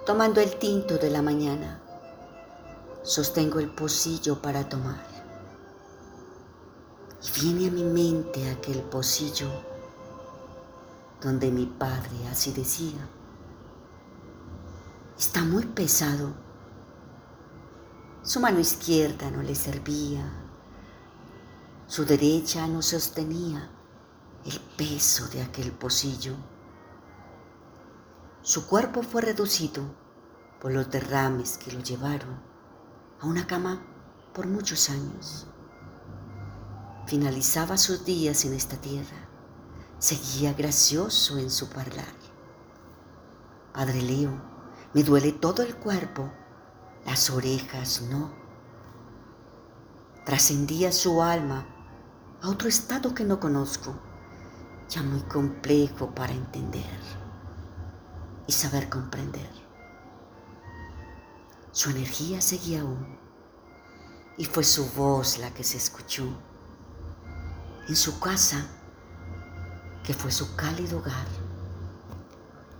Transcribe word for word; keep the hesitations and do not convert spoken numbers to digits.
tomando el tinto de la mañana, sostengo el pocillo para tomar. Y viene a mi mente aquel pocillo donde mi padre así decía: está muy pesado. Su mano izquierda no le servía, su derecha no sostenía el peso de aquel pocillo. Su cuerpo fue reducido por los derrames que lo llevaron a una cama por muchos años. Finalizaba sus días en esta tierra, seguía gracioso en su hablar. Padre Leo, me duele todo el cuerpo, las orejas no. Trascendía su alma a otro estado que no conozco, ya muy complejo para entender y saber comprender. Su energía seguía aún, y fue su voz la que se escuchó en su casa, que fue su cálido hogar.